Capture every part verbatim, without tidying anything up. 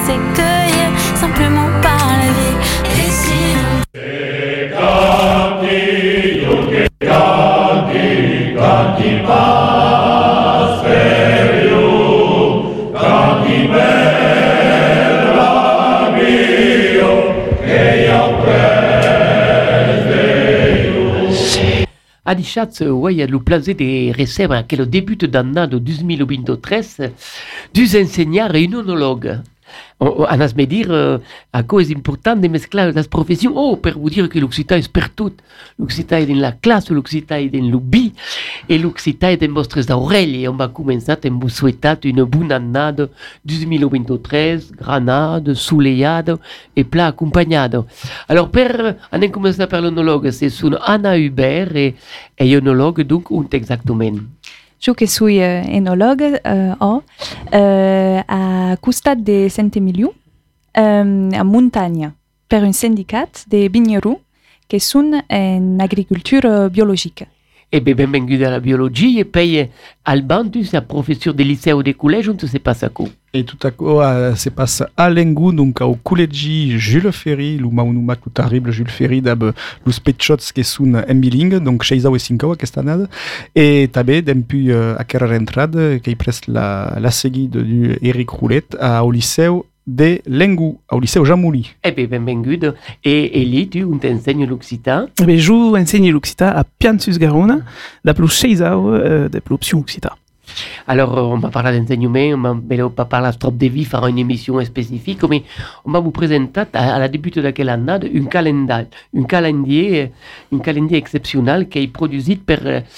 laisser cueillir simplement par la vie. Et sinon Canti, canti pas per you, canti bella mio, che io prese. A dichat, ouais, il y a le plaisir de recevoir que le début d'année de deux mille vingt-trois deux enseignants et un onologue. On a me dire euh, à quoi est important de mescler les professions. Oh, pour vous dire que l'Occitan est per tout. L'Occitan est dans la classe, l'Occitan est dans l'ubi, et l'Occitan est dans vostres oreilles. Et on va commencer à vous souhaiter une bonne année deux mille vingt-trois, granade, soleillade et plat accompagnado. Alors, per, on a commencé par l'onologue, c'est son Anna Hubert et, et onologue, donc, un exactement. Jo che sui uh, enologue uh, ho uh, a costat de Saint-Emiliu um, a Montagna per un syndicat de vignerons che sono in agricoltura biologica. Eh bien, bienvenue à la biologie. Et puis, Alban, tu es professeur de lycée ou de collège, on ne sait pas ça quoi. Et tout à coup, uh, se passe à Lengou, donc au collège Jules Ferry, le maunuma tout terrible Jules Ferry, d'ab los petchots que sont en bilingue, donc chez Isao et Cinco, aquesta année. Et tabé, depuis uh, à quelle rentrade, qui presse la, la segui de Eric Roulette, au lycée de Lengou, au lycée Jamouli. Eh bien, bienvenue. Et Elie, tu enseignes l'occitan? Eh bien, je enseigne l'occitan à Piantus-Garona, la plus chez Isao, euh, de l'option occitan. Alors, on va parler d'enseignement, on va pas parler trop de vie, faire une émission spécifique, mais on va vous présenter à, à la début de quelle année un calendrier, un calendrier, un calendrier exceptionnel qui est produit par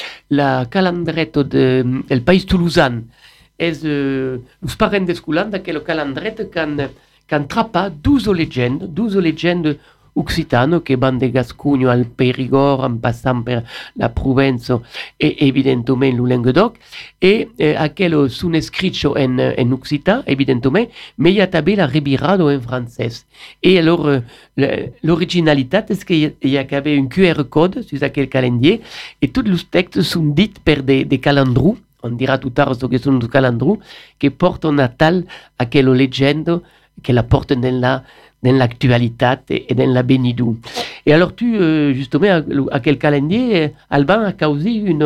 la calendrette de, del Pays Toulousain. Et euh, les parents de l'école, dans quel calendrier qu'on qu'on trappa douze légendes, douze légendes occitano che van de Gascugno al Périgord en passant per la Provence e evidentemente il Languedoc e eh, aquello sono scritto en, en occitan evidentemente ma il y a també la rebirado en francès e alors l'originalitat és que il y a qu'avait un Q R code sur aquel calendrier et tous les textes sont dits per des, des calendrous. On dira tout à l'heure ce que sont les calendrous qui portent en natal aquello leggendo che la portent dans la dans l'actualité et dans la bénidou. Et alors tu, euh, justement, à, à quel calendrier, Alban a causé une,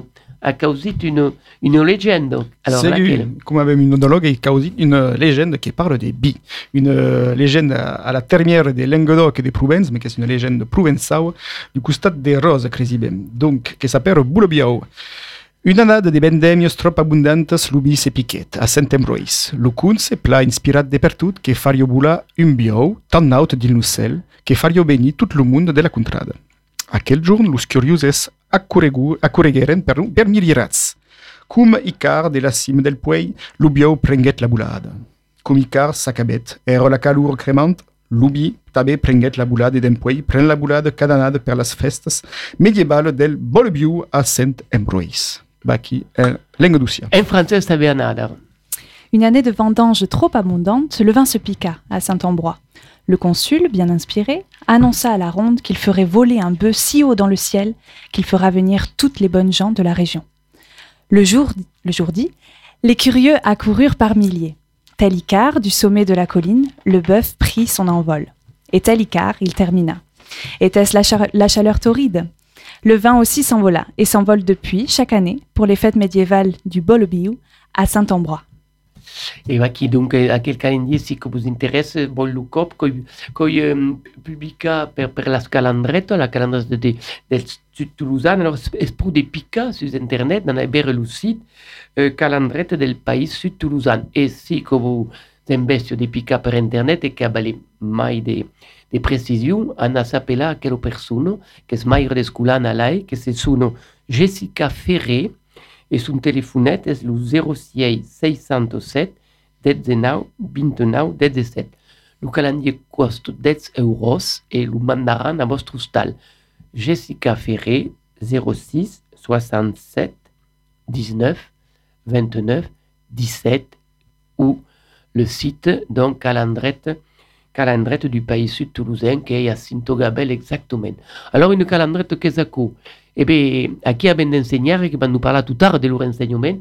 a causé une, une légende. Alors, c'est laquelle? Comme avait un onologue, il a causé une légende qui parle des bis. Une euh, légende à, à la termière des Languedoc et des Provence, mais qui est une légende provençale du costat des roses, cresibem. Donc, qui s'appelle Boulebiao. Une année de vendemmios trop abundantes l'ubis e piquet a Saint-Ambroise. Le conte pla inspirat de pertut che fario bula un biou tan naut dil nucel che fario beni tout le monde de la contrada. Aquel giorno los curioses accorregueren per, per milierats. Cum icar de la cime del puei, lo biou prenguet la bulada. Cum icar s'acabet, ero la calur cremant, l'ubi també prenguet la bulada d'en puei, pren la bulada cada annada per las festas medievales del Boulebiou a Saint-Ambroise. Qui est l'Andalousie. En français, ça veut dire. Une année de vendange trop abondante, le vin se piqua à Saint-Ambroise. Le consul, bien inspiré, annonça à la ronde qu'il ferait voler un bœuf si haut dans le ciel qu'il fera venir toutes les bonnes gens de la région. Le jour, le jour dit, les curieux accoururent par milliers. Tel Icare, du sommet de la colline, le bœuf prit son envol. Et tel Icare, il termina. Était-ce la, cha- la chaleur torride ? Le vin aussi s'envola et s'envole depuis, chaque année, pour les fêtes médiévales du Boulebiou à Saint-Ambroise. Et qui donc, à quel calendrier, si que vous intéresse, bon, le cop, qui euh, publica per, per las calendrettes, la calendresse de, de, del Sud Toulousain, alors c'est pour des pica sur Internet, dans le site, euh, calendrette del Pays Sud Toulousain. Et si que vous investissez des pica per Internet et qu'il y a mai des de précision, on a s'appelé à quelle personne, que est maire de Scoulana Lai, que c'est son Jessica Ferré, et son téléphone est le zéro six six zéro sept dix-neuf vingt-neuf dix-sept. Le calendrier coûte dix euros et le mandarin à votre hostal. Jessica Ferré, zéro six soixante-sept dix-neuf vingt-neuf dix-sept ou le site donc calendrette calendrette du Pays Sud Toulousain qui est à Sintogabel exactement. Alors une calendrette qu'est-ce que? Eh bien, à qui a bien d'enseigner et qui va nous parler tout à l'heure de leur enseignement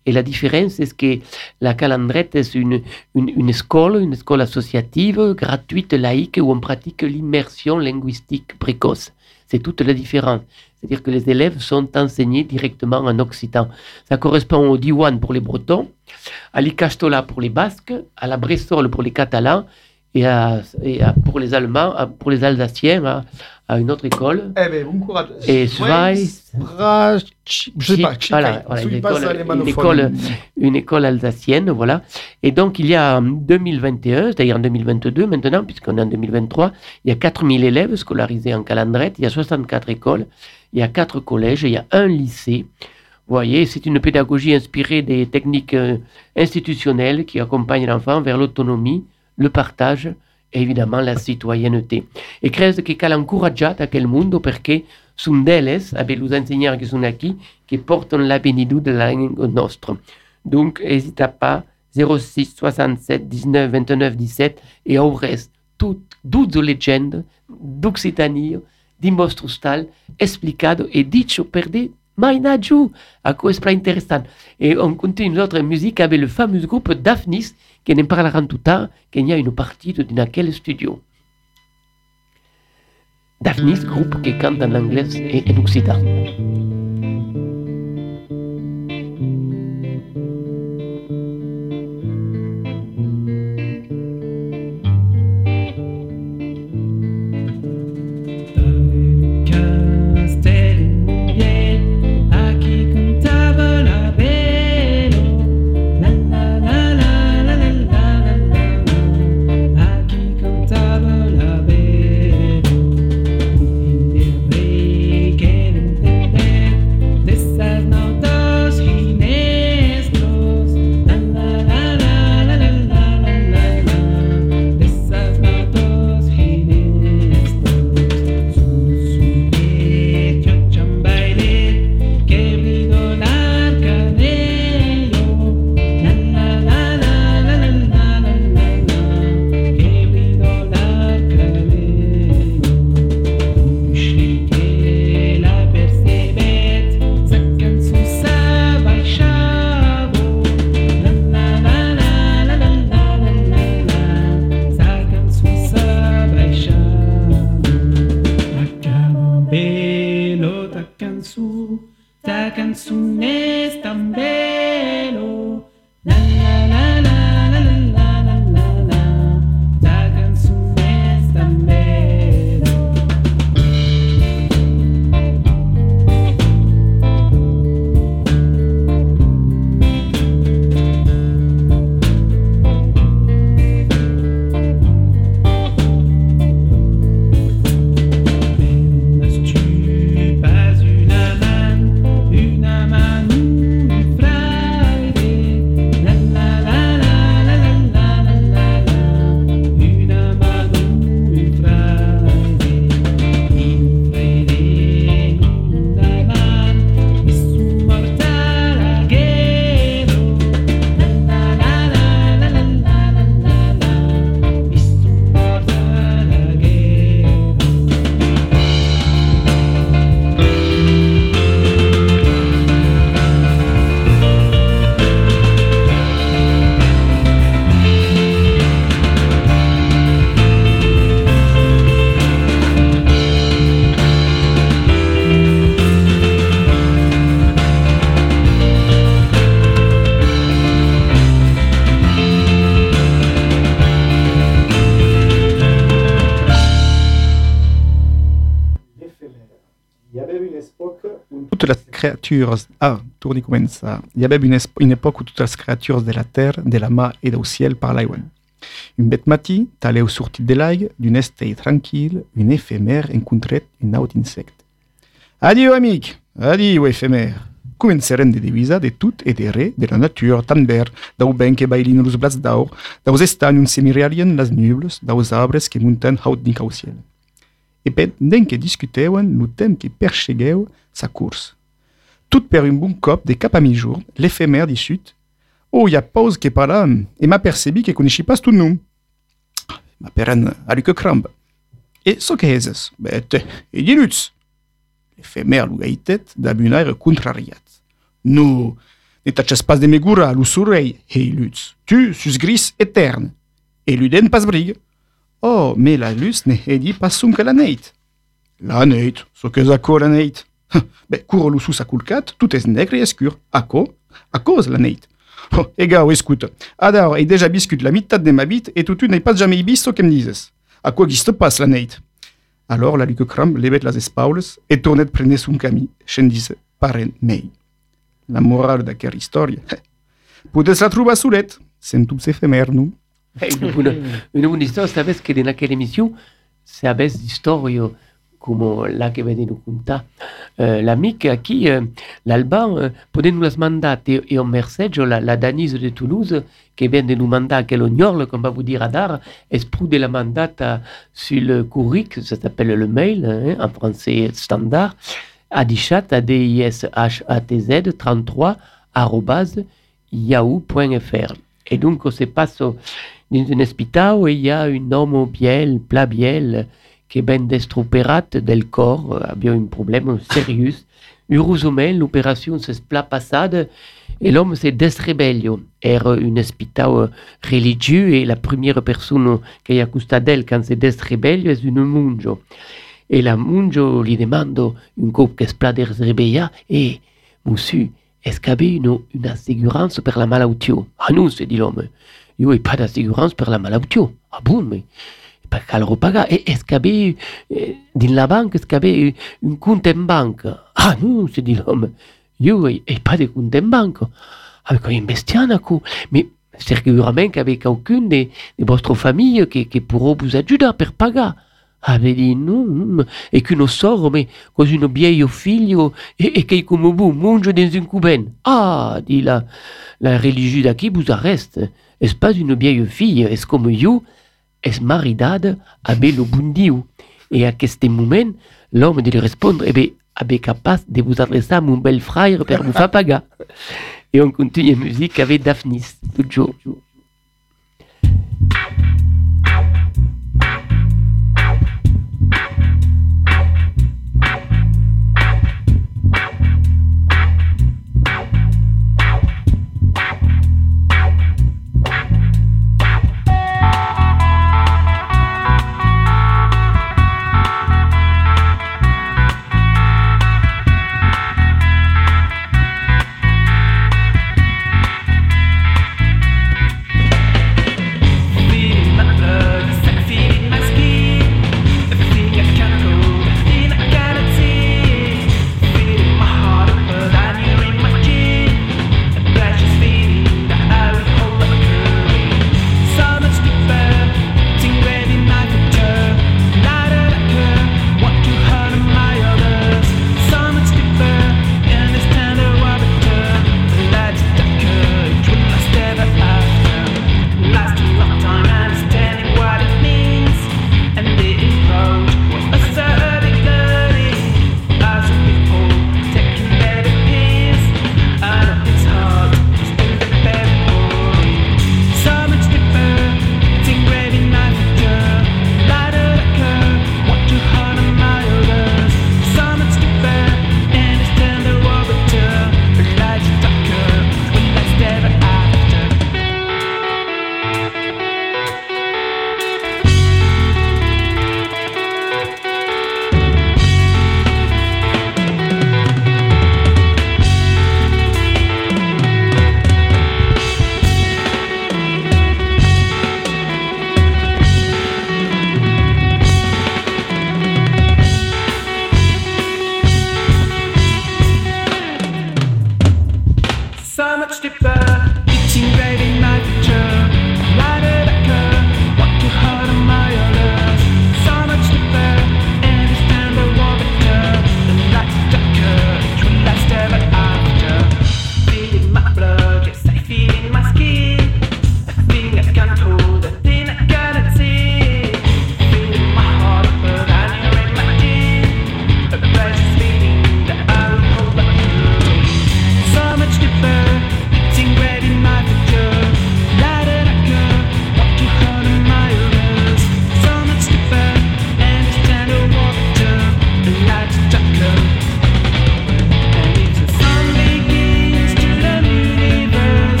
Et la différence, c'est que la calandrette, c'est une, une, une école, une école associative, gratuite, laïque, où on pratique l'immersion linguistique précoce. C'est toute la différence. C'est-à-dire que les élèves sont enseignés directement en occitan. Ça correspond au diwan pour les Bretons, à l'Icastola pour les Basques, à la Bressole pour les Catalans, et, à, et à, pour les Allemands, à, pour les Alsaciens, à, à une autre école. Eh bien, bon courage. Et Schweiz, je sais pas, voilà, voilà, une, école, une, école, une école alsacienne, voilà. Et donc, il y a en deux mille vingt et un, c'est-à-dire en deux mille vingt-deux maintenant, puisqu'on est en deux mille vingt-trois, il y a quatre mille élèves scolarisés en calandrette, il y a soixante-quatre écoles, il y a quatre collèges, il y a un lycée. Vous voyez, c'est une pédagogie inspirée des techniques euh, institutionnelles qui accompagnent l'enfant vers l'autonomie, le partage e évidemment la citoyenneté. E credo che cal incoraggiata quel mondo perché sono deles, abbiamo gli insegnanti che sono qui, che portano la benedizione della lingua nostra. Donc, n'hésitez pas, zéro six soixante-sept dix-neuf vingt-neuf dix-sept, e avrete tutte leggende d'Occitania, di mostro stal, esplicato e dicho per de mai giù, a questo è interessante. E on continue notre musique avec le fameux groupe Daphnis, che ne parleranno tout tard, qu'il y a une partie de quel studio. Daphnis, groupe qui chante en anglais et en occitan. créatures... Ah, tourni comença. Il y avait une, esp- une époque où toutes les créatures de la terre, de la mer et du ciel parlaient. Une bête mati, talée au sorti de l'ail, d'une estée tranquille, une éphémère rencontrait un autre insecte. Adieu, amic! Adieu, éphémère! Començaren de divisa de tout et de re de la nature tan vert, dau ben que bailin los blats d'or, daus estanium semirealien las nubles, daus arbres que munten haut nic au ciel. Et pendant que discuteuen, lo temps que perchegueu sa course. Tout per un bon cop de cap a mi-jour, l'éphémère dissut Oh, y a pause que param, et m'apercebi que connaissi pas tout nom. M'aperen a lu que crambe. Et so que eses, bete, et dinuts. L'éphémère lo gaitet d'abunaire contrariat. No, Ne t'achètes pas de megura à l'ourei, hei Lutz. Tu, sus gris éterne. Et l'uden pas brig. Oh, mais la Lutz ne hedi pas sum que la neit. La neit, so que zaco la neit. Be, curo l'usus a culcat, tout est negre et escur. A co? A cause la neit. Oh, ega, escuta. Adar, ei déjà biscut la mitad de ma bite, et tutu n'ei pas jamais ibisto que me dises. A quoi giste pas la neit? Alors la luque crambe lebet las espaules, et tournet prene son cami, chen dise, paren mei. La morale d'aquella historia. Puteți la truba sulet, sentum s'efemer, nu? Una buona, una buona storia, sapete che in quella emissione, se avesse di storia come la che vede nous conta, eh, l'amica a chi eh, l'Alban eh, poteva nous mandare e un messaggio la, la Danise de Toulouse che viene nous mandare che l'ognol, comme va vous dire Adar, esprude la mandata sur le courric, ça s'appelle le mail, hein, en français standard, adichat, a d i s h a t z trente-trois arobase yahoo point f r. Et donc, se passe dans un hospital et il y a un homme biel, plat biel, qui est ben destroperat del corps, a bien un problème sérieux. Heureusement, l'opération s'est plat passade et l'homme s'est desrebellio. Era un hospital religieux et la première personne qui a accouché d'elle quand c'est desrebellio est une monjo. Et la monjo lui demande un coup que se plat desrebella et monsieur, est-ce qu'il y a une, une assurance pour la maladie? Ah non, se dit l'homme. Il n'y a pas d'assurance pour la maladie. Ah bon, mais pas qu'à le repaga. Est-ce qu'il y a eh, dans la banque, est-ce qu'il y a un compte en banque? Ah non, se dit l'homme. Il n'y a pas de compte en banque. Ah, mais quand il y a un bestiana, mais segurament qu'avec quelqu'un de, de votre famille qui, qui pourra vous aider pour pagar. Avait dit non, et que nous sort, mais cause une vieille fille, et, et qui comme vous mange dans une couvaine. Ah, dit la, la religieuse d'aqui vous arrête. Est-ce pas une vieille fille, est-ce comme you, est maridade avec le bon Dieu. Et à ce moment, l'homme de lui répondre, eh bien, est capable de vous adresser à mon bel frère pour vous faire paga. Et on continue la musique avec Daphnis, toujours.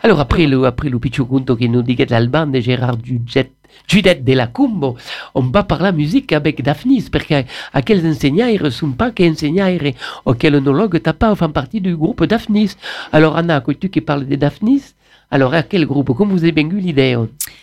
Alors après le, après le piccio conto che nous dit l'Alban de Gérard Judet, Judet de la Cumbo, on va par la musique avec Daphnis, perché a quels enseignants sont pas che enseignants o quel onologue t'as pas font partie du groupe Daphnis. Alors Anna, tu qui parles de Daphnis, alors à quel groupe, comme vous avez bien eu l'idée?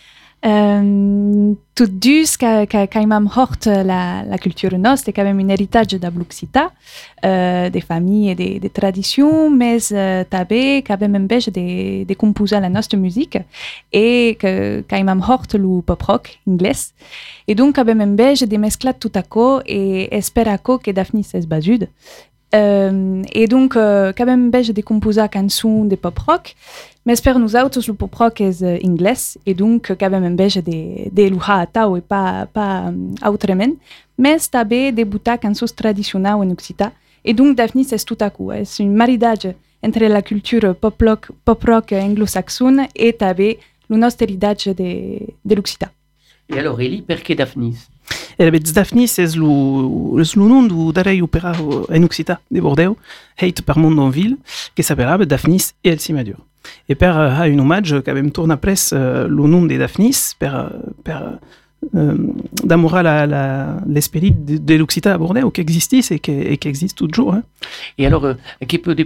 Euh, tout dus ca, ca, ca imam hort la, la culture nostra, quand même un héritage de Bluxita, euh, des familles et des, des traditions, mais euh, també quand même embêche de, de composer la nostra musique et que ca imam hort le pop rock inglés. Et donc quand même embêche de mesclat tout à co et espera co que Daphnis es basud. Euh, et donc euh, quand même embêche de composer cançons de pop rock. Mais per nous autres, le pop rock est uh, inglés, et donc quand même embêche de, de luha atau et pas, pas um, autrement, mais també de buta cançons traditionnelles en Occità. Et donc Daphnis est tout à coup, c'est un maridage entre la culture pop rock, pop rock anglo-saxonne et també le nostre héritage de, de l'Occità. Et alors Eli, perché Daphnis? E bet Daphnis es lo, es lo nom du darei opera en Occità de Bordeaux, heit per Mondonville, que s'appellera Daphnis et el Cimadur. Et per uh, un hommage quand même tourne après uh, le nom de Daphnis per, uh, per uh, d'amour la, la, l'esprit de, de l'Occità à Bordeaux qui existait et qui, et qui existe toujours. Hein. Et alors, euh, qui peut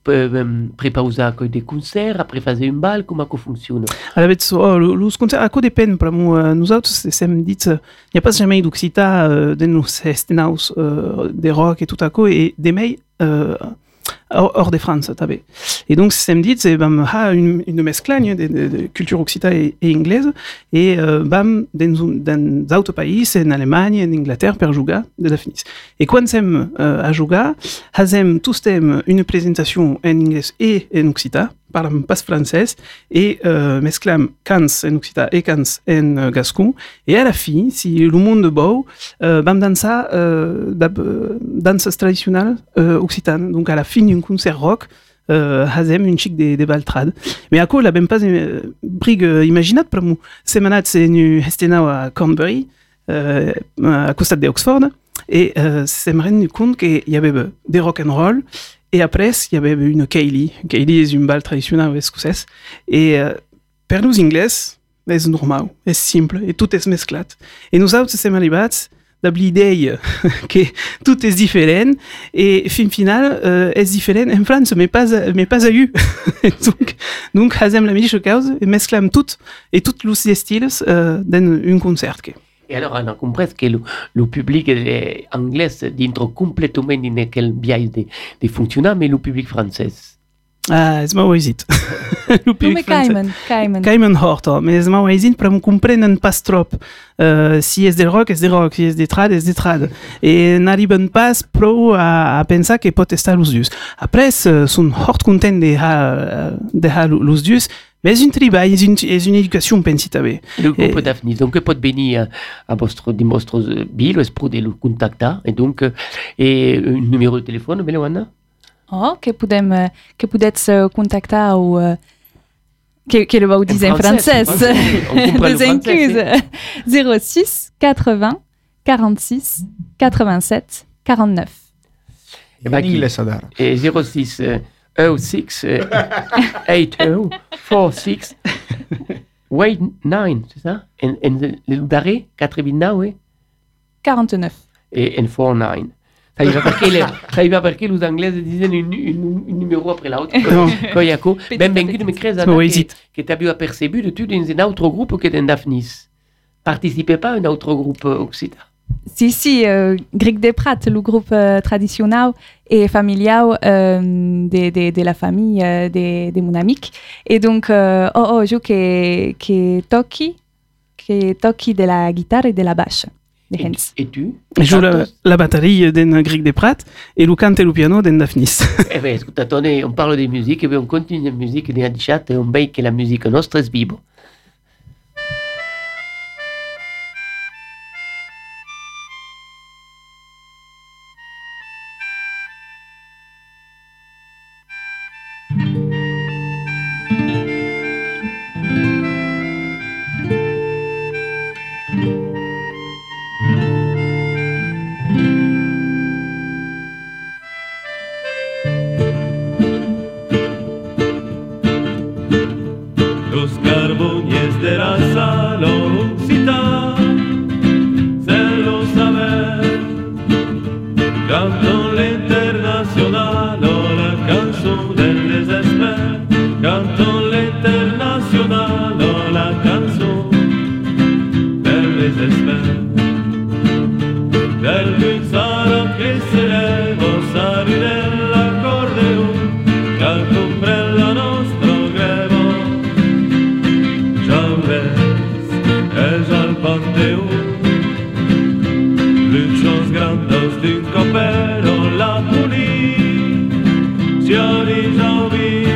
préparer des concerts, après faire une balle, comment ça fonctionne? Alors, oh, les concerts, à quoi dépend? Pour nous, nous autres, c'est me dit, il n'y a pas jamais d'Occità, euh, de nos estenaus, euh, des rock et tout à coup, et des mails, euh, hors de France, t'avais. Et donc, ça me dit, c'est bam, ha, une, une mesclagne de, de, de culture occitane et, et anglaise, et euh, bam, dans, dans d'autres pays, en Allemagne, en Angleterre, per jouer de Daphnis. Et quand c'est euh, à jouer, hazem tous thèmes une présentation en anglais et en occitan, parlem pas français, et euh, mesclam cants en occitan et cants en euh, gascon, et à la fin, si le monde beau, euh, bam dansa euh, danses traditionnelles euh, occitanes, donc à la fin d'un concert rock, euh, hazem une chic des, des baltrades. Mais à quoi la même pas euh, brigue euh, imaginate pour moi. Semanat c'est nu estenao à Cornbury, euh, à Costa de Oxford, et euh, c'est me rendu compte qu'il y avait euh, des rock and roll, et après il y avait une Kaylee. Kaylee est une balle traditionnelle escossesse, et euh, per nous anglais, c'est normal, c'est simple, et tout est mesclé. Et nous autres, c'est malibats, l'idée que tout est différent et fin final euh, est différent en France mais pas mais pas à eu donc donc hazem la même chose et mesclame tout et toutes les styles euh, dans un concert. Et alors on a compris que le, le public anglais d'intro complètement dans quel biais de, de fonctionner mais le public français. Ah, c'est ma waisit. No, me Cayman, Cayman. Cayman horto, mais c'est ma waisit pour me comprendre pas trop. Uh, si és del rock, és del rock, si és de trad, és de trad. Et n'arriben pas prou a, a pensar que pot estar los dius. Après, són hort content de ha, de ha los dius, mais és un treball, és, un, és une éducation, pensi també. Le groupe et, Daphnis, donc pot venir a vostre, de vostres billes, es pot le contactar, et donc, et un numéro de téléphone, beleu Anna? Oh, que podem, que podets contactar ou uh, que, que le vau dir en francès. Les incus. zéro six quatre-vingts quarante-six quatre-vingt-sept quarante-neuf. Et en anglais, ça dara. Et zéro six zéro six eight zéro four six eight nine, c'est ça? En, en le daré, quatre-vingt-neuf, oui? quarante-neuf. Et en four nine. Ça y va perché, le, ça y va perché les Anglais disaient un, un, un numéro après l'autre. Quand il y a quoi? Ben, ben, tu me crées Anna, que, que tu as vu apercebu de tout dans un autre groupe que dans Daphnis. Participez pas à un autre groupe occitan. Si, si, euh, Grieg des Prat, le groupe euh, traditionnel et familial euh, de, de, de la famille euh, de, de mon ami. Et donc, euh, oh, oh, je que, que toqui, que toqui de la guitare et de la basse. Et, et tu? Je joue la, la batterie d'un Grieg des Prat et le cante et le piano d'un Daphnis. Eh bien, écoute, attendez, on parle de musique, et bien on continue la musique de Hadichat et on veille que la musique nostra est vive. Canto l'Internazionale, la canzone del desespero. Canto l'Internazionale, la canzone del desespero. Del guizzaro che se levo, sali nell'accordeon, che comprella nostro grevo. Ciao res, e già il panteon. Lucios grandos d'un copero la pulì, siori giauvi,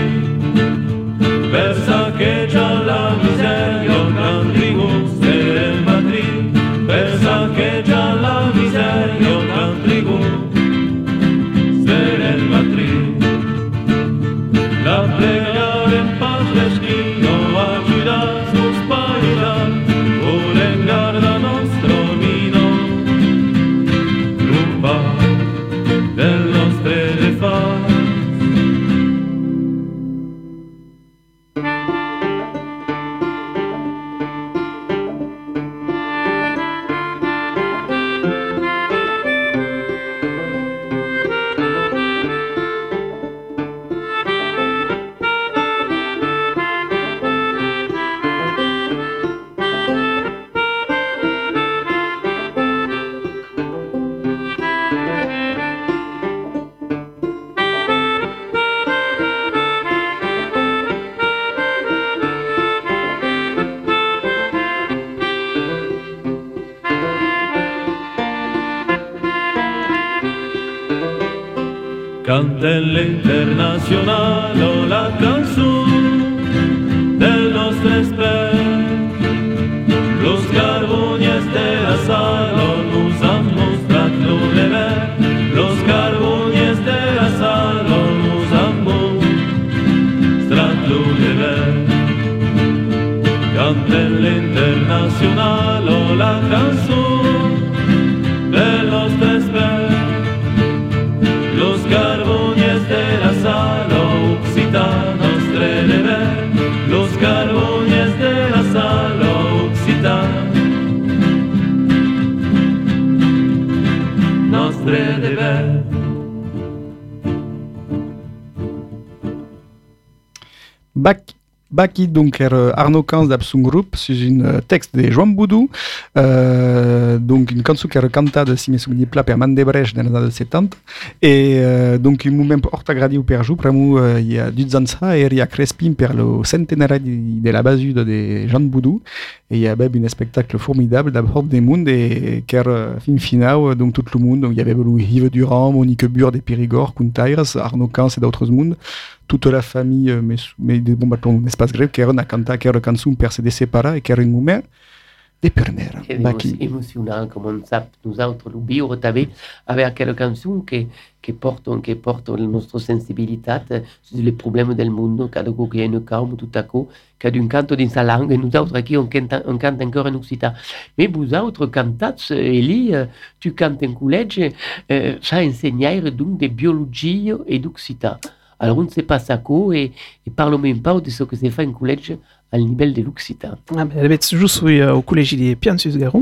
versa che già la miseria grandi gusti del matri, versa che già la miseria grandi gusti del matri. La pregare in pace schino, aiuta su spaida, vuole guarda nostro vino. Del nostre defense. Canta l'Internazionale la canzone del nostro esper. Los carbones de la sala nos han mostrado lo deber. Los carbones de la sala nos han mostrado lo deber. Canta l'Internazionale la canzone del nostro esper. Los carbones de la sala occitana nostre deber. Los carbones de la sala occitana nostre deber. Bac Baki, donc er Arnaud Cans d'Absung Group, c'est un texte de Joan Boudou, euh, donc une cançon qui est cantada si mes souvenirs plats per Mandebrecht dans les années soixante-dix, et euh, donc un moment ortagradi ou per jou, pramo il y a Duzanza et il y a Crespin per le centenaire de la basude de Jean Boudou, et il y a même un spectacle formidable d'abord des mondes et qui est fin final, donc tout le monde, donc il y avait Yves Durand, Monique Bure des Périgord, Kuntaires, Arnaud Cans et d'autres mondes. Toute la famille, mais, mais des bons bâtons d'espace grec, qui a canté, qui a canté per se séparer et qui a un moment de pernera. C'est émotionnel, comme on sait, nous autres, le bio, avec quelle chanson qui, qui porte, qui porte notre sensibilité sur les problèmes du monde, cada coup qui est une calme, tout à coup, qui a un canto dans sa langue, et nous autres, qui on cante, on cante encore en occitan. Mais vous autres, cantats, Elie, tu cantes en collège, euh, ça enseigne donc de biologie et d'occitan. Alors on ne sait pas ça quoi et, et parlons même pas de ce que c'est fait en collège à niveau de l'occitan. Ah, ben, je suis au collège de Piansus Garonne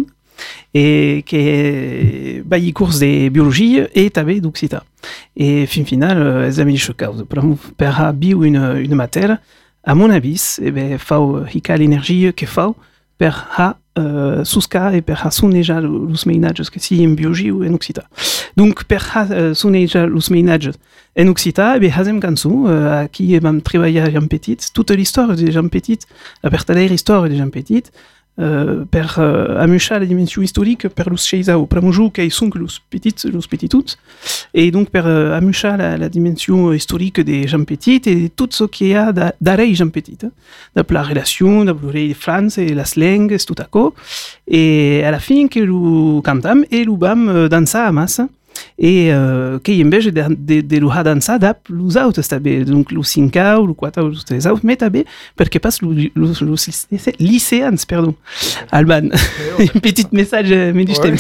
et qui bah, il cours de biologie et tabé d'occitan. Et fin final, les amis de cause per ha bio une une matière à mon avis, et ben faut hica l'énergie que faut per ha Uh, susca e per ha suneja los meinatges que si en biologie ou en occitan. Donc per ha uh, suneja los meinatges en occitan, e be hazem cançon uh, a qui vam treballar Jean Petit, toute l'histoire de Jean Petit, la vertadera histoire de Jean Petit, uh, per uh, amuchar la dimension historique per los cheisao, per monjou que sont los petits, los petituts, et donc per uh, amuchar la, la dimension historique de Jean Petit et tout ce qu'il y a d'arrêt Jean Petit, hein, de la relation, de la France et la slang, tout à coup. Et à la fin, que nous cantons et nous bam danser à masse. Et euh, que en vez de de de nous danser d'ap nous autres tabe donc nous cinq ou nous quatre ou trois autres mais tabe parce que passe nous nous lycéens pardon Alban un petit message mais du stem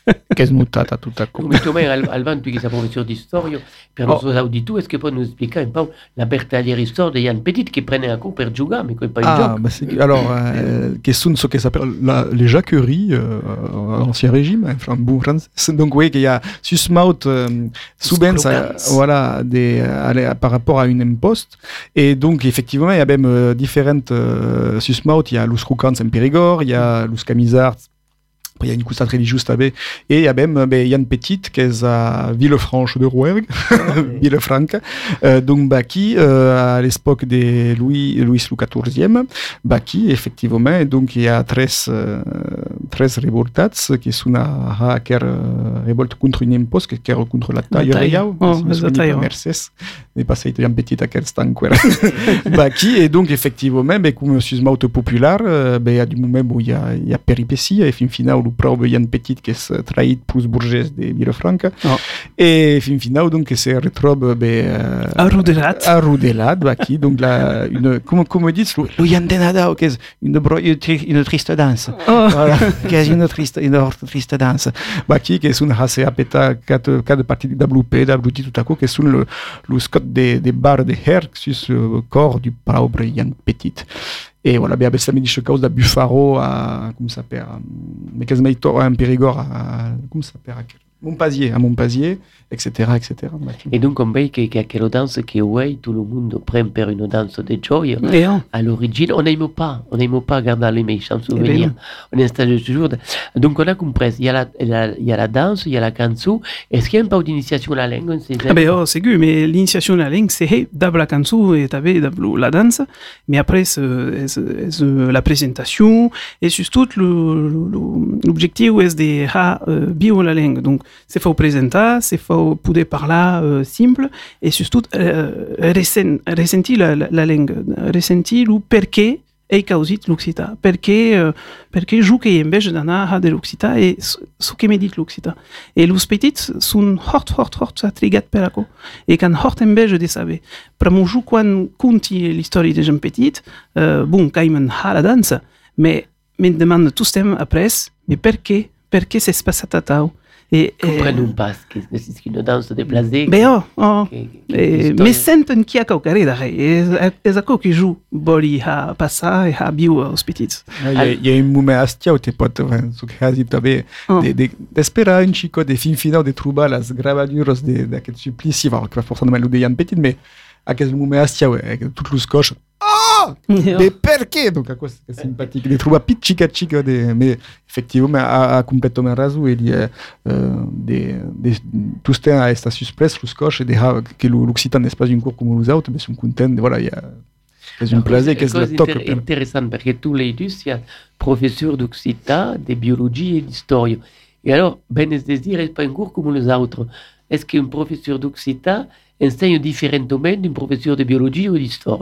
che è smutata tutta qua. Come Tomè al, Alban, tu che sei professore di storia, per i Oh. nostri auditori, est-ce que puoi nous spiegare un po' la bertaliera storia di Jan Petit che prende a cours per giocare, ma che poi Ah, gioca? bah c'est, alors, euh, che sono ce che s'appelle la, les jacqueries, euh, l'ancien régime, hein, en bon français. Donc, oui, qu'il y a susmaut, euh, souvent, ça, voilà, des, euh, par rapport à une imposte. Et donc, effectivement, il y a même euh, différentes euh, susmaut. Il y a l'us Roucans en Périgord, il y a l'us Camisards. Après, il y a une cousade religieuse tabé. Et il y a même ben, Yann Petit, qui est à Villefranche de Rouergue, Villefranca. Euh, donc, bah, qui, euh, à l'époque de Louis, Louis le quatorzième, bah, qui, effectivement, et donc, il y a treize, euh, treize revoltats qui sont à hacker euh, révolte contre une imposte, qui est contre la taille. La taille. Oh, la taille. Mercedes. n'est pas ça Yann Petit à quel stand, quoi. Bah, qui, et donc, effectivement, ben, comme susmaut populaire, euh, ben, il y a du moment où il y a, il y a péripéties, et fin final, le preuve Yann Petit qui est trahi plus bourgeois de Villefranca. Oh. Et fin final, donc, se retrouve ben, euh, à Roudelat. À Roudelat, bah, qui, donc, la, une, comme, comme dit, le, le Yann Denada, okay, une, une, une triste danse. Oh. Voilà, qui est une triste, une triste danse. Bah, qui, qui est une race à péta, quatre, quatre parties de W P, W T, tout à coup, qui est le, le scot des, des barres de Herc sur le corps du pauvre Yann Petit. Et voilà, ben, ça me dit cause de Buffaro à, comment ça s'appelle, mais quasiment à Périgord, à, comment ça s'appelle, Montpazier, à Montpazier, et cetera, et cetera. Et donc, on voit qu'il y a quelle danse qui est tout le monde prend pour une danse de joie. Et on. À l'origine, on n'aime pas, on n'aime pas garder les méchants souvenirs. On installe toujours. Donc, on a compris, il y a la, la, il y a la danse, il y a la canson. Est-ce qu'il y a un peu d'initiation à la langue? Ah ben, oh, c'est sûr, mais l'initiation à la langue, c'est d'abord la canson et t'avais la danse, mais après, c'est, c'est, c'est la présentation, et surtout, le, le, l'objectif est de faire bien la langue. Donc, c'est faut présenter, c'est faut pouvoir parler euh, simple, et surtout, euh, ressentir la, la, la langue, ressentir le perché è causit l'Occità, perché, uh, perché giù che invece d'anar a dell'Occità e su che mi dit l'Occità. E los petits sun hort, hort, hort attrigat per aco, e can hort invece de saber. Per mo giù quan conti l'historia de Jean Petit, uh, bon, caimen ha la dansa, me me demande tout stem après, mais perché, perché c'est passat a tau? Et, comprennent pas ce que c'est une danse déplacée. Ben oh, oh. Mais senten qui a caucare d'arrêt. Et c'est quoi qui joue boli a passar et a bio aux petits. Il y a un moment astia où t'es potes, ce que has dit, t'avais d'espérer un chico des films finaux de trouver las gravadures de de quel supplice, alors que forcément le de Yann Petit, mais à quel moment astia, ouais, toute loose coche. Ah! Mais perché? Donc, à quoi c'est sympathique. Des trouva piccica chica, mais effectivement, a, a complètement raison. Il y a euh, des, des, tout ce temps à esta suspresse, le scotch, et déjà que l'Occitan n'est pas une cours comme nous autres, mais sont contents. Voilà, il y a c'est une plaisir que c'est le toc. C'est intéressant parce que tous les deux, il y a professeur d'Occitan, de biologie et d'histoire. Et alors, ben, est-ce de dire, c'est pas un cours comme les autres? Est-ce qu'un professeur d'Occitan enseigne différents domaines d'un professeur de biologie ou d'histoire?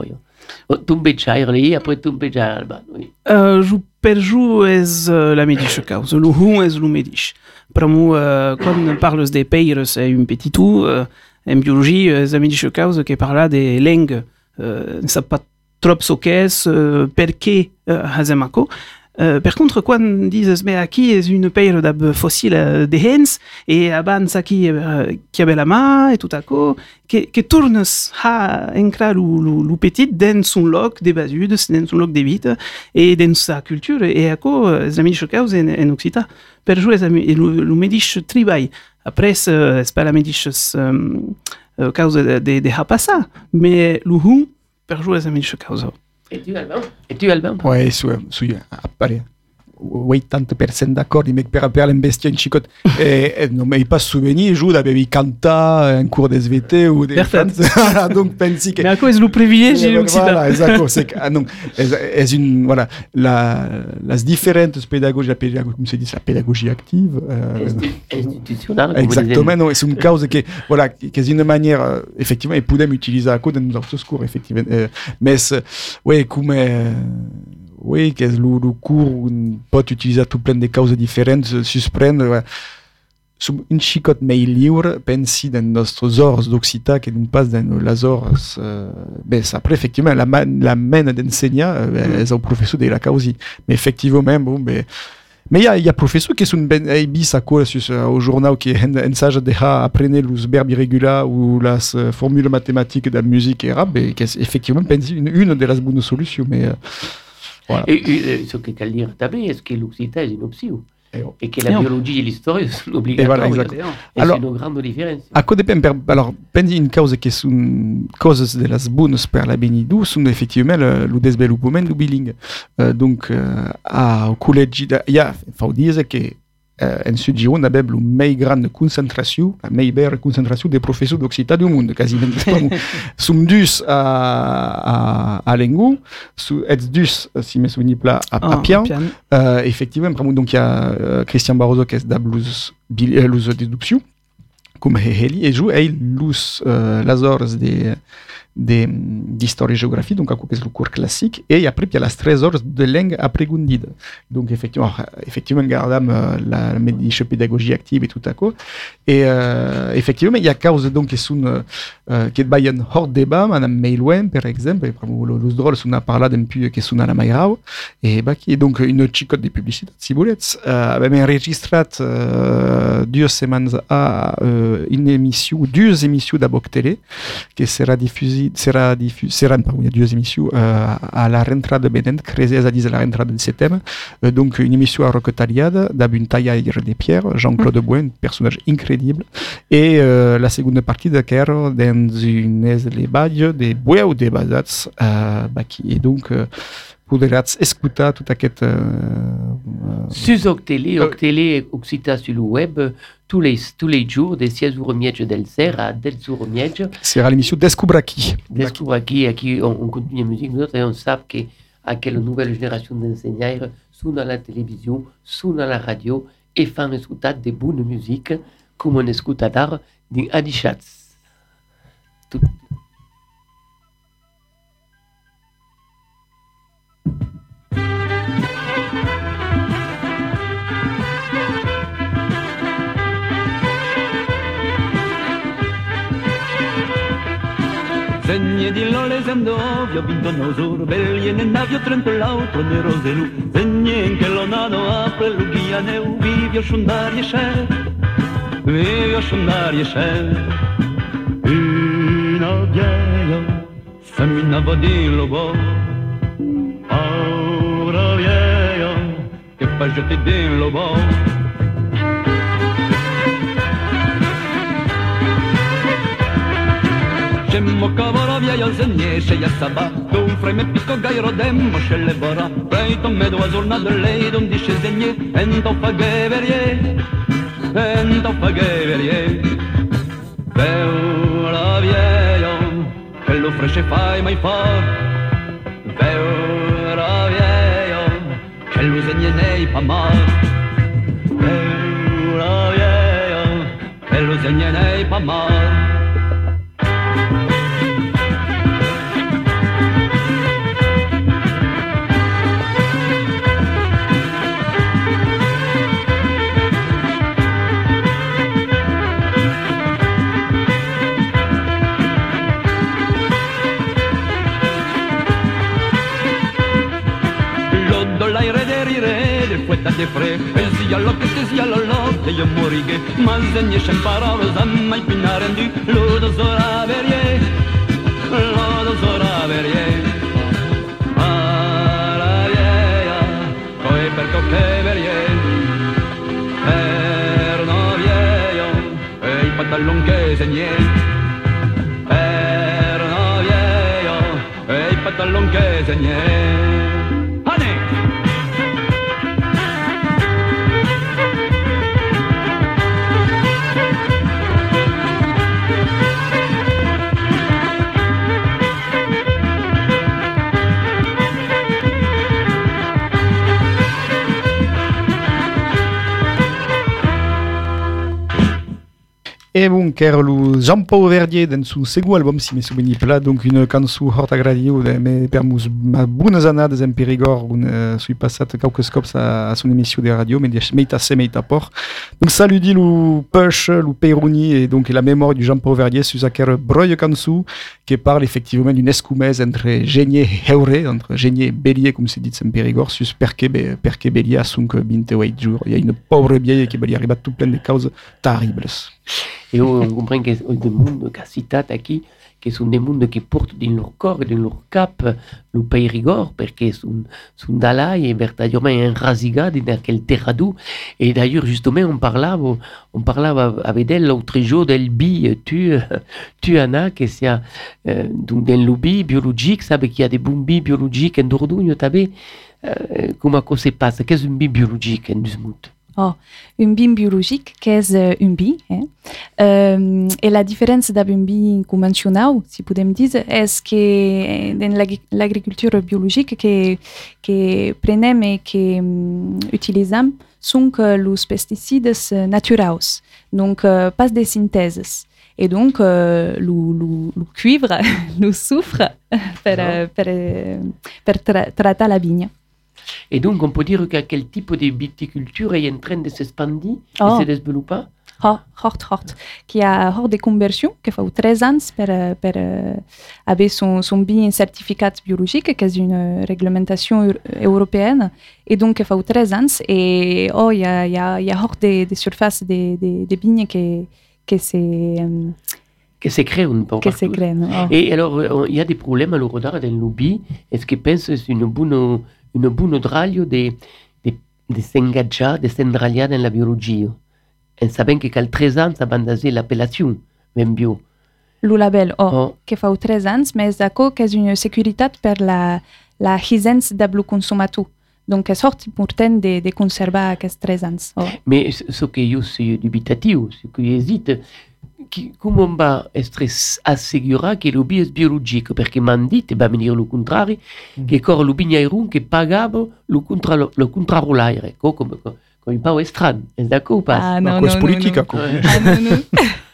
Tu m'becciai lì, après tu m'becciai Alban. Oui. Uh, ju per giù es uh, la mediche causa, lu hu es lu mediche. Per mu, uh, quan parles de peires e un petit tout, uh, en biologie, es la mediche causa che parla de langue, uh, ne sap pas trop so qu'es, uh, perché uh, hasem aco. Uh, per contre, quan dises, mais aquí és une peire d'ab fossile de hens, et abans aquí uh, qui avait la main, et tout à coup, que, que tournes ha encra lu, lu, lu petit dans son loc de basudes, dans son loc de vite, et dans sa culture, et à quoi les amis de cause en, en Occità. Per jouer les amis, le, le médiche tribal. Après, c'est pas la médiche um, cause de, de, de hapassa, mais le hu, per jouer les amis de cause. Et tu, Alban? Et tu, Alban? Oui, su, su, appare. ottanta per cento d'accordo, mais per, per l'investir in chicot. Et, et non, mais il passe souvenir, joue d'avoir canta un cours d'S V T ou des voilà, donc pensi que mais à quoi est-ce le privilège l'Occident? Voilà, exactement, c'est ah, donc est une voilà la las différentes pédagogies, la pédagogie, comme se dit, la pédagogie active euh, institutionnelle, exactement, non, c'est une cause que voilà, qui est une manière euh, effectivement et pouvons utiliser à cause de nos autres cours effectivement, euh, mais ouais, comme euh, oui, que le, le cours peut utiliser tout plein de causes différentes, suspendre. Ouais. Une chicotte mais libre, pensi dans nos ors d'Occità, qui nous passe dans les ors. Euh, ben, après, effectivement, la, man, la main d'enseignant, euh, mm. est au professeur de la cause. Mais effectivement, bon, ben, Mais il y a, il y a professeurs qui sont ben bis à quoi au journal qui ensage déjà apprendre les verbes irréguliers ou les uh, formules mathématiques de la musique et rap et qui est effectivement une, une des bonnes solutions. Mais, euh, voilà. Et, et ce qu'il faut dire d'abord, est-ce que l'occitan est une option et que la et biologie et l'histoire sont obligatoires. Et voilà, exactement. Et alors, c'est une grande différence. À côté de per, alors, pensi une cause qui sont causes de las bonnes per la benidou sont effectivement le, le développement du bilingue. Euh, donc, euh, au collège, il y a, faut dire que euh, en Sud Giron, on a la plus grande concentration, la meilleure concentration des professeurs d'occitan du monde, quasiment. Sont dus à, à, à Lengou, sont dus, si mes souvenirs plats, à, à, à Pian. Euh, effectivement, donc il y a euh, Christian Barroso qui est da blues, blues déduction, comme Heli, et joue et lus euh, les heures de de d'histoire et géographie, donc à quoi c'est le cours classique, et après il y a les treize heures de langue aprégondide. Donc effectivement, effectivement, gardam euh, la médiche pédagogie active et tout à coup. Et euh, effectivement, il y a cause donc qui sont euh, qui est bayan hors débat, madame Mailwen par exemple, et pour le drôle on a parlé d'un peu qui sont à la Mairao, et bah qui est donc une chicotte de publicité, si vous voulez, euh, ben enregistré euh, deux semaines à euh, une émission, deux émissions d'Abok Télé, qui sera diffusée sera diffusée, sera, pardon, il y a deux émissions euh, à la rentrée de Benent, créée à la rentrée de septembre. Euh, donc une émission à Roquetaliade, d'Abun Taillard des Pierres, Jean-Claude mmh. Bouen, personnage incroyable, et euh, la seconde partie de Kerr dans une les badges des Bois ou des Bazats, euh, bah, qui est donc euh, poderats écouter toute cette euh, sur Octélé, Octélé Occitan sur le web tous les tous les jours des seize heures del Cer à dix heures. C'est l'émission Descoubraki. Descoubraki, à qui on, on continue la musique, nous et on sait que à quelle nouvelle génération d'enseignants sont dans la télévision, sont dans la radio et font écouter des bonnes musiques comme on écoute d'art dans Adichatz. Tout. Zegne di lole zendovio, vinto nosur, belli ne navio trento l'altro ne roselu. Zegne che lo nado apre lugia neu, vivio shundar yeshe, vivio shundar yeshe. Una vieja, femmina va di lobo, paura vieja, che fa jeter di lobo. Scemmo cavolo vieio zegne, sceia sabà, tu freme picco gairo demmo scelle vora, preito medo azurna de lei, don disce zegne, ento pagheverie, ento pagheverie. Veo la vieio, che lo fresce fai mai fa, veo la vieio, che lo zegne nei pa mal, veo la vieio, che lo zegne nei pa mal. De fre, sia lo che sia lo lo, e io morighe, ma zegne scem parole, zamma i pinarendi, lo do zora verie, lo do zora verie. Ah, la vieja, coi per cocche verie, per no viejo, e i pantalon che zegne, per no viejo, e i pantalon che zegne. Et bon, car le Jean-Paul Verdier dans son second album, si mes souvenirs plats, donc une cançon horta gradio de mes permus ma bonnes années en Périgord, on euh, suis passé quelques scopes à, à son émission de radio, mais des meita se meita port. Donc ça lui dit le push, le Peyrouni et donc la mémoire du Jean-Paul Verdier sur sa broye cançon qui parle effectivement d'une escoumèse entre génie et heuré, entre génie et bélier comme c'est dit en Périgord, sur perché perché bélier à son que vingt-huit jours. Il y a une pauvre vieille qui va arriver à tout plein de causes terribles. Et on comprend que c'est des mondes qui citat ici, qui sont des mondes qui portent dans leur corps et dans leur cap le Périgord, parce que sont sont là et verdaderement enrasigés dans quel terradou. Et d'ailleurs justement on parlait on parlait avec elle l'autre jour del bi tu tu Anna que c'est euh, donc dans le bi biologique, savez qu'il y a des bons bi biologiques en Dordogne, t'avais euh, comment ça se passe, qu'est-ce un bi biologique en Dusmout? Oh, un bin biologique, qu'est-ce un bi? Hein? Euh, et la différence d'un bin conventionnel, si vous me dites, est que dans l'agriculture biologique que que prenons et que um, utilisons sont les pesticides naturels, donc euh, pas des synthèses. Et donc, euh, le, le, le cuivre, le soufre, per, no. per, per tra- traiter la vigne. Et donc, on peut dire que quel type de viticulture est en train de s'expandir oh. et se développer? Oh, hort, hort. Qui a hort de conversion, qui fait treize ans pour euh, avoir son, son bien certificat biologique, qui est une réglementation européenne. Et donc, qui fait treize ans. Et oh, il y a, y a, y a hort de, de surface de, de, de vignes qui, qui c'est... Euh, que se crée un peu que se crée, oh. Et alors, il y a des problèmes à l'eau dans le lobby. Est-ce que pense que c'est une bonne... une bonne draglio de, de, de s'engager, de s'endragliare dans la biologie. En sapendo che cal treize ans abandonner l'appellation, même bio. Le label, oh, oh. che fa treize ans, mais d'accord che è una sécurité per la, la hisenza del consumatore. Donc, è sorti important de, de conservar aquests treize ans. Oh. Mais ce que io sono dubitativo, ce que esite, come on va essere assicurato che l'ubi è biologico? Perché mi hanno detto, va a venire il contrario, mm. che ora l'ubi non che pagava il contrarolaire, come, come, come un po' strano, è d'accordo? Ah, no, no, no, no, politica, no, no. Ah, no, no.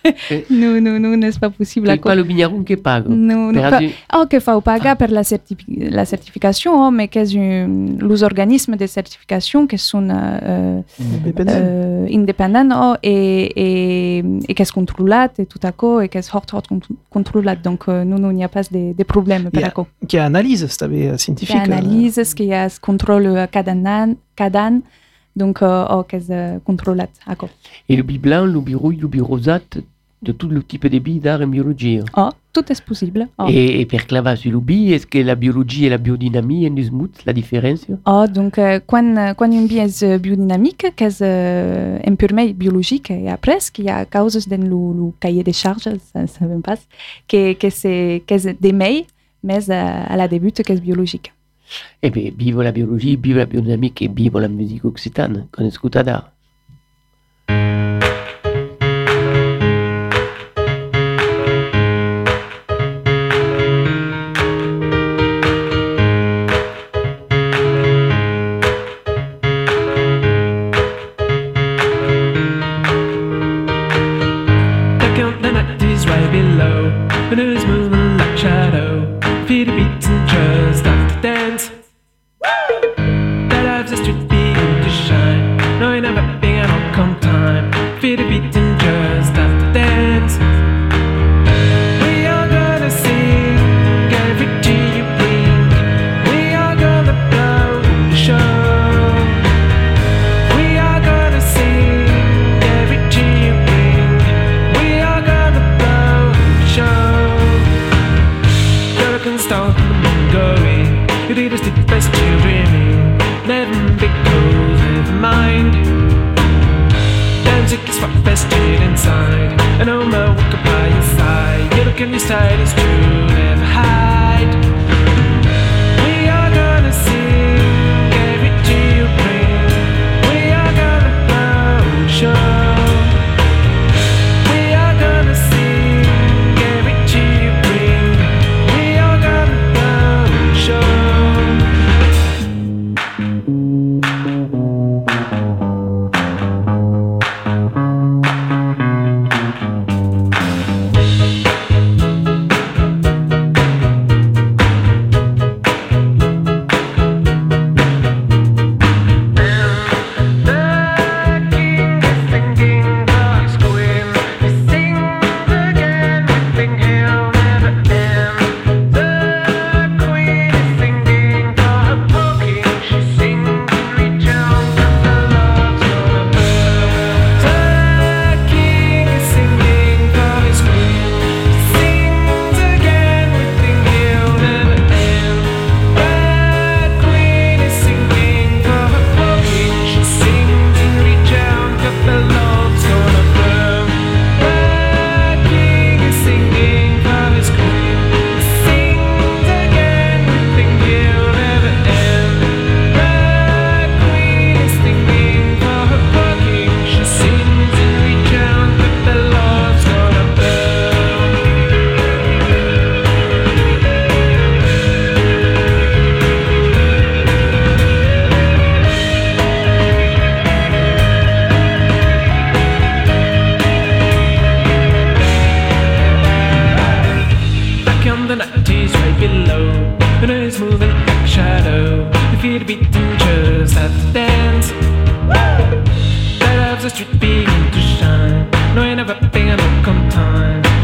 non, non, non, n'est pas possible. C'est pas le vigneron qui pague. Non, non. Pa- oh, che fa paga per la, certifi- la certification, oh, mais che les organismes de certification qui sont euh, euh, indépendants oh, et, et, et qui sont contrôlés et tout à coup et qui sont hors contrôlés. Donc, euh, nous, il n'y a pas de, de problème. Qui a analyse, c'est scientifique. Qui a analyse, qui a contrôle cadan, cadan. Donc, euh, oh, qu'est-ce euh, contrôlé. Et le bi blanc, le bi rouge, le bi rosate, de tout le type de billes d'art en biologie. Oh, tout est possible. Oh. Et, et per clavar sur le bi, est-ce que la biologie et la biodynamie en dismut, la différence? Oh, donc, euh, quand, quand une bi est biodynamique, qu'est-ce euh, un permis biologique, et après, il y a causes dans le, le cahier des charges, ça, ça me passe, que, que c'est, que c'est des mails, mais à, à la début, qu'est-ce biologique. Eh bien, vive la biologie, vive la biodynamique et vive la musique occitane, qu'on écoute d'art.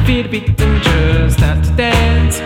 feel a bit and just start to dance.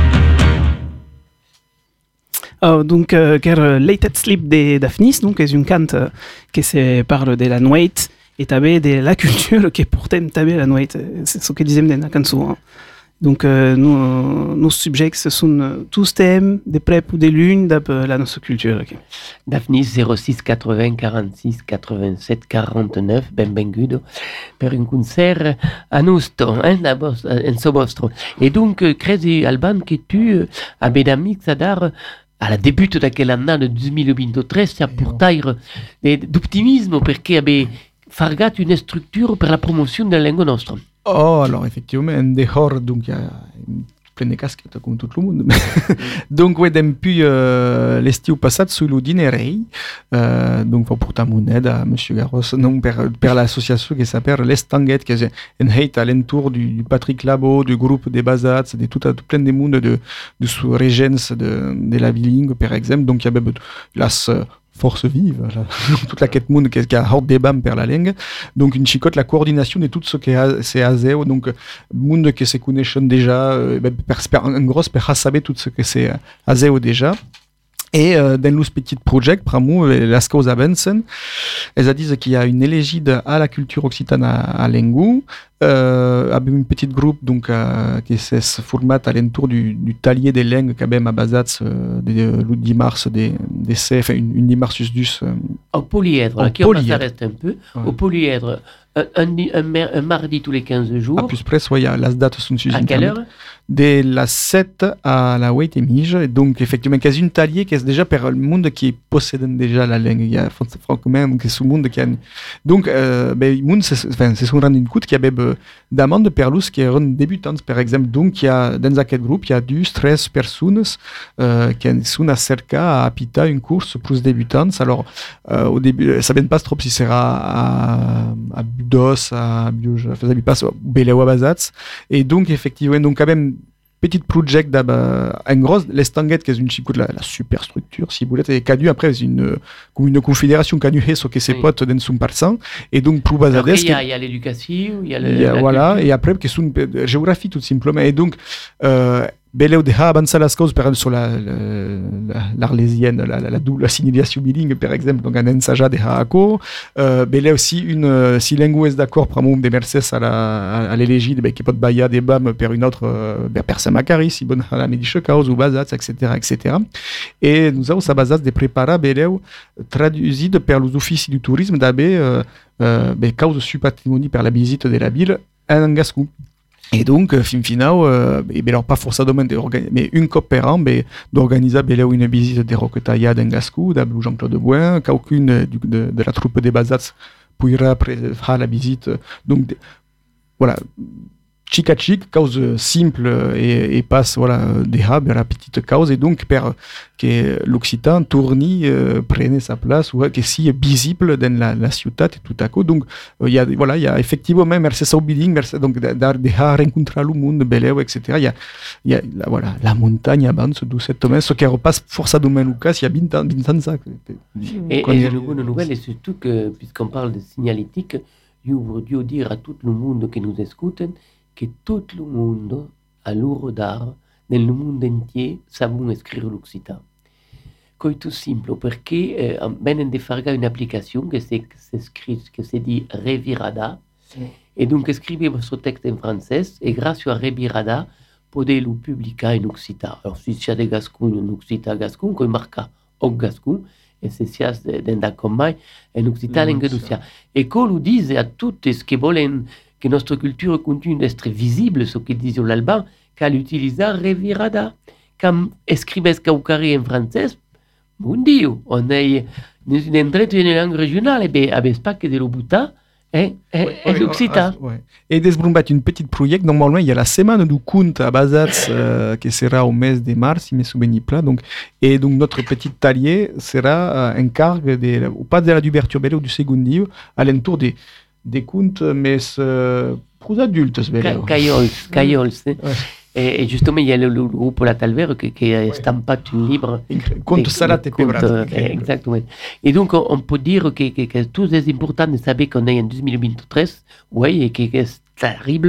Oh, donc, euh, car euh, Lated Sleep de Daphnis, donc, est une cante euh, qui se parle de la nuit et tabe de la culture qui portem tabe la nuit. C'est ce que disait dans la chanson. Hein. Donc, euh, nous, nos sujets, ce sont tous thèmes, des prep ou des lunes de la notre culture. Okay. Daphnis zéro six quatre-vingts quarante-six quatre-vingt-sept quarante-neuf, benvenuto per un concert a nostro, hein, in so vostro. Et donc, credi Alban che tu avais amici a dar alla debutto da quell'anno del duemilaventitré a portare d'optimismo perché abbia fargato una struttura per la promozione della lingua nostra. Oh, alors effectivement, un dehors, donc il y a plein de casquettes comme tout le monde. Donc, ouais, depuis euh, l'estiu passat, sous le dinerei, euh, donc pour porter mon aide à Monsieur Garros, non, per, per l'association qui s'appelle l'Estanguette, qui est un hate alentour du, du Patrick Labo, du groupe des Bazats, de tout, tout plein de monde de, de sous-régence de, de la bilingue, par exemple. Donc, il y avait las force vive, là. Toute la quête monde qui a hors débat per la langue. Donc, une chicotte, la coordination de tout ce qui c'est azeo. Donc, monde qui se connaissent déjà, euh, un gros per saber tout ce que c'est azeo déjà. Et euh, dans le petit projet, Pramu, las causa vencen, elles disent qu'il y a une élégide à la culture occitane à, à Lengu, euh, avec un petit groupe donc, euh, qui s'est formé à l'entour du, du talier des langues quand même à Bazats euh, le dix mars des, des C F, une, une dix mars dus. Euh, au polyèdre, là, qui on s'arrête un peu, ouais. Au polyèdre, un, un, un, un mardi tous les quinze jours. À plus près, ouais, les dates sont sur À quelle heure? De la sept à la huit et mige, donc effectivement, quasi une talier qui est déjà pour le monde qui possède déjà la langue. Il y a franco-même qui est ce monde qui a. Donc, euh, ben, le monde, c'est enfin, son rendu compte qu'il y avait d'amende per lus qui est débutante, par exemple. Donc, il y a dans aquest groupe, il y a deux, treize personnes euh, qui sont à cerca à Pita une course pour les débutants. Alors, euh, au début, ça ne vient pas trop si c'est à, à Budos, à Bioj, ça ne passe à Beleu à Bazats. Et donc, effectivement, donc quand même, petite project d'aba en gros l'Estanguette qui est une chicoute la, la super structure si vous voulez et Canu après c'est une comme une confédération Canu et ce que ses oui. Potes dans son parcent et donc pour Bazades il y a il y a l'éducation il y a le il y a, voilà culture. Et après qui sont géographie tout simplement et donc euh, Beleu de avancer las causes par exemple sur la, la, l'arlésienne, la, la, la double assimilation bilingue par exemple, donc un ensaja de Haako. Euh, Beleu aussi une, si l'engu est d'accord, par exemple, des mercès à la, à l'élégide, ben, qui peut bailler des bam per une autre, ben, per Samakari, si bon, à la médiche cause ou Bazats, et cetera, et cetera. Et nous avons sa Bazats de préparer Beleu traduit per les offices du tourisme d'abbé, euh, euh, ben, cause su patrimonie per la visite de la ville, en Gascou. Et donc, fin final, euh, et ben alors pas forcément mais une cop per an, ben, d'organiser ben, une visite des Roquetaillas en Gascou, d'abord Jean-Claude Bouin, qu'aucune de, de, de la troupe des Bazats pourra faire la visite. Donc, de, voilà, chic à chic, cause simple et, et passe, voilà, des hubs, la petite cause, et donc, per, que l'Occitan, Tourny, euh, prenait sa place, ou que si visible dans la, la ciutat et tout à coup. Donc, il euh, y a, voilà, il y a effectivement même, merci ça au bilingue, merci, donc, de rencontrer le monde, Beleu, et cetera. Il y a, il y a, la, voilà, la montagne avance, d'où cette domaine, ce qui repasse forcément Lucas, il y a vingt ans. Et, et la bonne nouvelle est surtout que, puisqu'on parle de signalétique, je voudrais dire à tout le monde qui nous écoute, que tout le monde, à l'heure d'art, dans le monde entier, savent écrire l'occitan. C'est tout simple, parce que euh, viennent de faire une application qui s'écrit, qui se dit Revirada, oui. Et donc écrivez votre texte en français, et grâce à Revirada, vous pouvez le publier en occitan. Alors si il y a des gascons en occitan gascon, vous marquez au gascon, et c'est ça dans commun en occitan en gadoucia. Et qu'on le dise à toutes ce qui veulent que notre culture continue d'être visible, ce que disait l'Alban, qu'à l'utiliser Revirada. Quand écrivez Caucari en français, bon Dieu, on est dans une langue régionale, et bien, avec pas que de l'Obuta, et, et, ouais, et l'Occitan. Ouais, ouais. Et desbrumbat une petite projet, normalement, il y a la semaine du conte à Bazats, euh, qui sera au mes de mars, si mes souvenirs plats. Donc, et donc, notre petit talier sera euh, en cargue, de, ou pas de la d'ouverture belle ou du second livre, à l'entour des des contes, mais euh, pour les adultes. Caillols, Caillols. Et, et justement, il y a le, le groupe La Talvère qui, qui ouais. Stampa un livre. Conte Salat et Pebrat. Exactement. Et donc, on, on peut dire que, que, que tout est important de savoir qu'on est en deux mille vingt-trois, oui, et que, que c'est terrible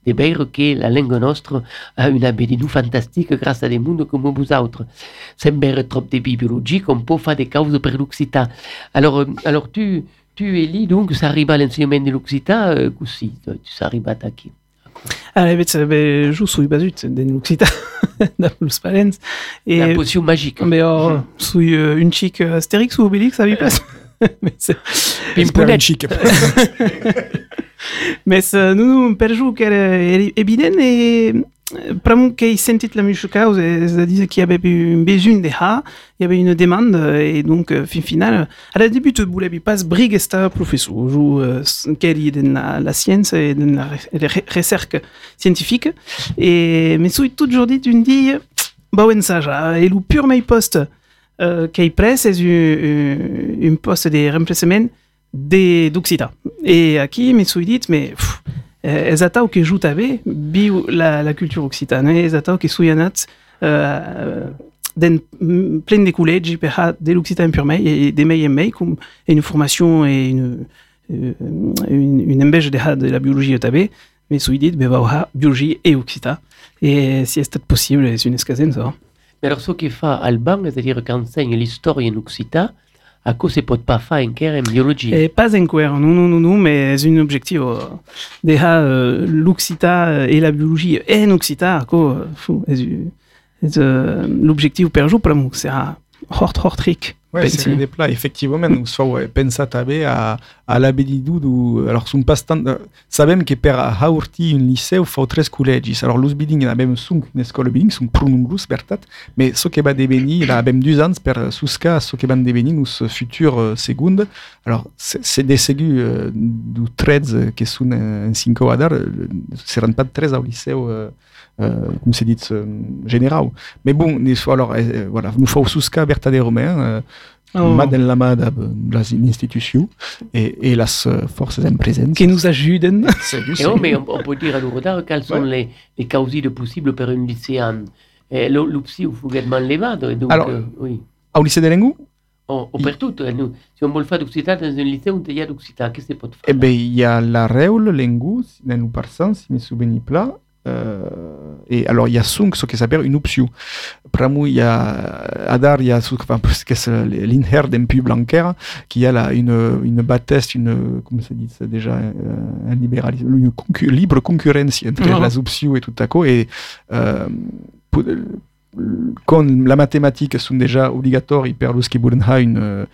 de dire que la langue nostra a una benedu fantastique grâce à des mondes comme vous autres. Sembra trop de biologie qu'on peut faire des causes per l'Occitan. Alors, euh, alors tu, tu Elie, donc, ça arrive à l'enseignement de l'Occitan, euh, così, tu ça arrive à qui? Ah, bet, be, ju sui basut den l'Occità da plus Palens. Et la potion magique. Mais oh, sui uh, un chic Astérix ou Obélix, ça vi pas. Mais c'est Pimponet. chic. Mais uh, nu nu per ju che è evident e Pramu che hai sentit la musica cause, c'est-à-dire qu'il y avait un besoin de ha, il y avait une demande et donc fin final, à la début tu voulais pas brigesta professeur, jou qu'elle dans la, la science et dans la, la recherche scientifique et mais sous tout aujourd'hui tu me dis bah ouais ça ja et le pur mai poste euh, qui presse c'est un un poste de remplacement de d'Occità et aquí me suis dit mais pff, ez atau que joue tabe bi la la culture occitane ez atau que suyanat euh, den plein de collèges per ha de l'occitan pur mei et des mei en mei comme une formation et une euh, une une embêche de ha de la biologie tabe mais suidit be va ha biologie et occitan et si c'est possible c'est une escazen ça. Mais alors ce qui fait Alban, c'est-à-dire qu'enseigne l'histoire en occitan, à cause se pot pas faire encara en biologie. Et pas encore, non, non, non, non, mais c'est un objectif. Euh, déjà, euh, l'Occità et la biologie en Occità, à cause, c'est euh, l'objectif per jour, pour moi, c'est un hort, hort trick. Ouais, c'est des plats, effectivement, nous sommes pensat à à la Bédidou, du, alors sont pas stand, sabem que per haurti un liceu fa tres collegis, alors los biding na bem sunk une école biding sont pro nombreux bertat, mais ce qui va devenir la bem deux ans per susca ce qui va devenir nous futur seconde, alors c'est des ségus euh, du treize qui sont en cinco adar, seran pas très au liceu euh, euh, comme c'est dit euh, général, mais bon, alors euh, voilà, nous faut susca berta des romains euh, Oh. Maden lama da l'institution et, et las forces en présence qui nous ajudent. Et oh, mais on, on peut dire à l'Euroda quelles sont ouais. les, les causes possibles pour un lycéen. L'opsi ou fouguement levado. Donc, alors, euh, oui. Au lycée de Lengou oh, oh, per tout. Nous, si on veut faire d'Occitan dans un lycée, on y a d'Occitan. Qu'est-ce que c'est pour faire? Eh bien, il y a la Réole, Lengou, dans le parsan, si mes souvenirs plats. Euh, et alors il y a Sung, ce qui s'appelle une option. Pramu, il y a Adar, il y a enfin, l'Inher d'un Puy Blanquer, qui a là une, une bâtesse, une, comment ça dit, c'est déjà un libéralisme, une concu- libre concurrence entre oh. les options et tout à coup. Et euh, pour, quand la mathématique sont déjà obligatoires, per los qui volen ha une, euh,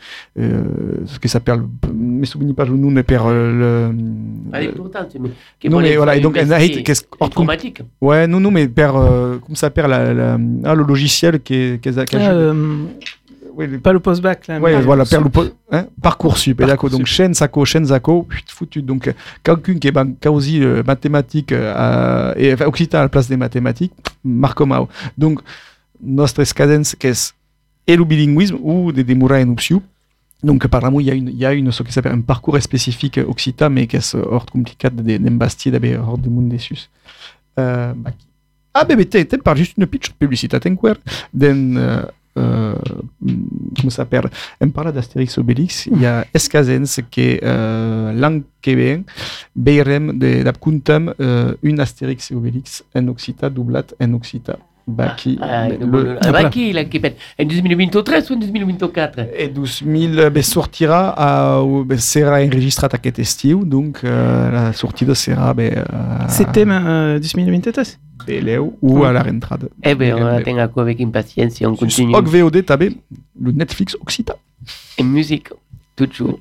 ce qui s'appelle, me souviens pas le nom, mais per le. Ah, l'important, mais. Non, mais voilà, et donc, qu'est-ce informatique. Ouais, non, non, mais per, euh, comment ça s'appelle, la, la, ah, le logiciel qui est. Qui est, qui est euh, oui, le, pas le post-bac, là. Ouais, voilà, per le po- hein, Parcoursup, et d'accord, donc, chaîne, saco, chaîne, saco, foutu. Donc, quelqu'un qui est ban causi euh, mathématiques, euh, et enfin, occitan à la place des mathématiques, Marco Mao. Donc, notre escadence qui est et le bilinguisme ou des démoura en option. Donc, apparemment, il y a une, il y a une, ce qui s'appelle un parcours spécifique occitan, mais qui est hors compliqué d'embastir, d'abord hors du monde des sus. Euh, bah, ah, ben, t'es, t'es par juste une pitch publicité, t'es quoi? Den, euh, euh, comment ça s'appelle? On parle d'Astérix Obélix, il y a Escazens qui est euh, l'an qui vient, Beirem de d'Abkuntam, euh, une Astérix et Obélix en occitan, doublat en occitan. Baki, ah, le, le, le, Baki, là, qui est en deux mille vingt-trois ou en deux mille vingt-quatre? Et deux mille ben, sortira, à, ben, sera enregistré à cet estiu, donc euh, la sortie sera. Ben, euh, c'était en deux mille vingt-trois? Beleu ou ouais. À la rentrade. Eh bien, on attend à quoi avec impatience et on continue. Og V O D, t'avais le Netflix Occitan. Et musique, toujours.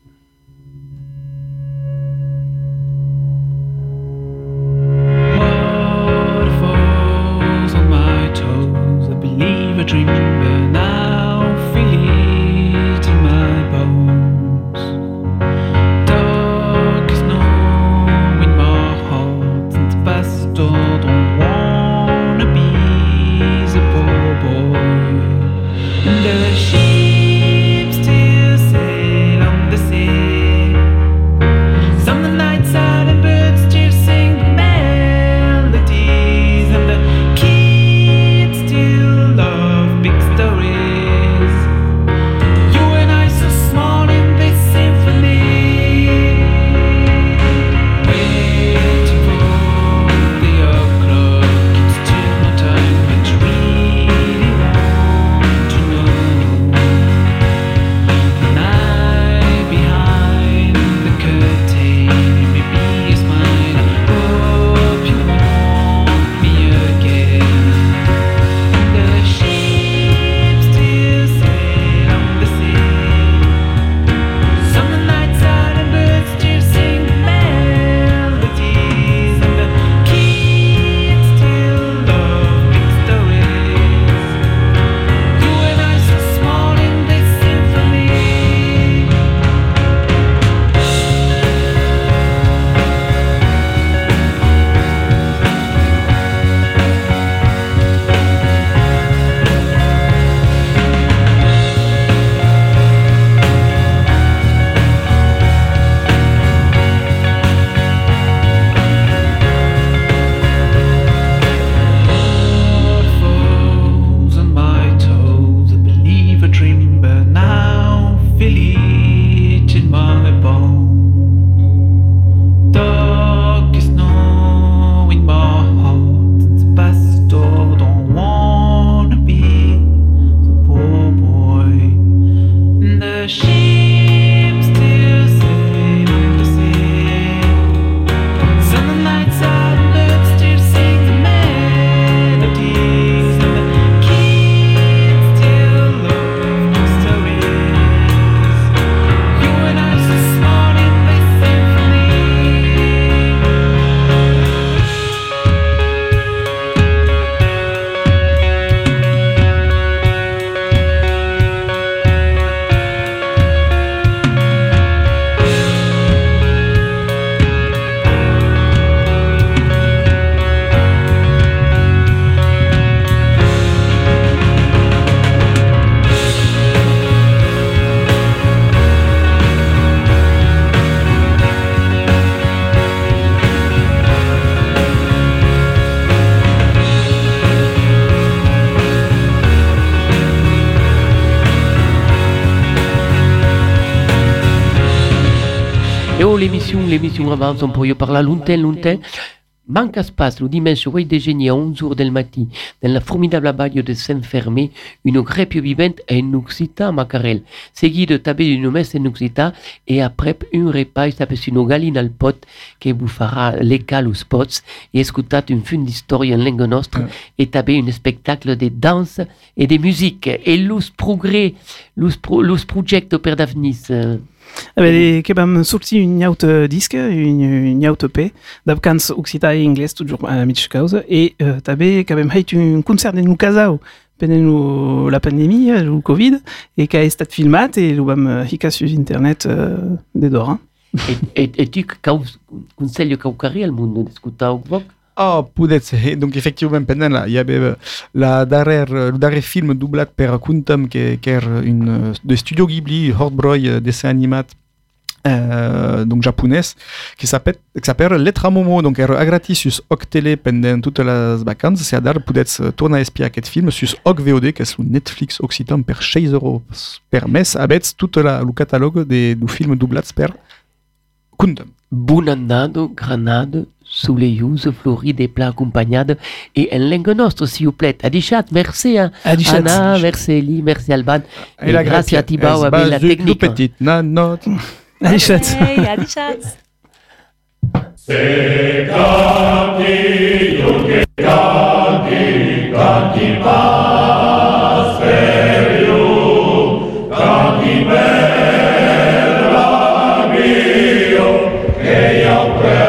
Leave a dream, but now feel it in my bones. Dark is now in my heart, and the pastor don't wanna be the poor boy. And the ship still sail on the sea. Some the nights out and birds still sing melodies, and the kids still love big stories. You and I so small in this symphony, waiting for Bon, l'émission, l'émission avance, on pourrait parler longtemps, longtemps. Manca Spas, le dimanche vuit de gener a onze heures del matí, dans la formidable abbaye de Saint-Fermé, une grèpe vivante en occità a Macarel, seguido també d'une messe en occità, et après un repas avec une galline al pot que vous fera l'écal aux spots, et escutat une fin d'histoire en langue nostre, ouais. Et també un spectacle de danse et de musique, et los progrès, los, pro, los projects per d'avnis. Euh, Beh, che abbiamo sorti un autre disque, un, un autre E P, d'abcans occità e inglès, toujours a mitja causa, e uh, també che abbiamo fatto un concert in un casau pendant la pandemia, il Covid, e che è stato filmat e lo abbiamo ficat su internet uh, de d'ora. E, e, e tu consiglio caucari al mondo di ascoltare un po'? Ah, peut-être. Donc, effectivement, pendant là, il y avait la dernière, le dernier film doublé par Quantum, qui est une de Studio Ghibli, Hordbroy, dessin animé, euh, donc japonais, qui s'appelle, qui s'appelle Lettre à Momo. Donc, elle est gratis sur Oc Télé pendant toutes les vacances. C'est à dire, peut-être, tourner à espier cet film sur Oc V O D, qui est sur Netflix occitan, per six euros per mes, avec tout la, le catalogue des, du film doublé par Quantum. Bunandado, Granade, sous les Ius, Floride et plats accompagnades et en langue nostre, s'il vous plaît. Adichat, merci hein. Adichat. Anna, merci Eli, merci Alban. Et, et la grâce à Tibao avec la technique. Petite nanote. Adichat. Hey, Adichat. Se canti, io che canti, canti pas per io, canti per l'amio, che io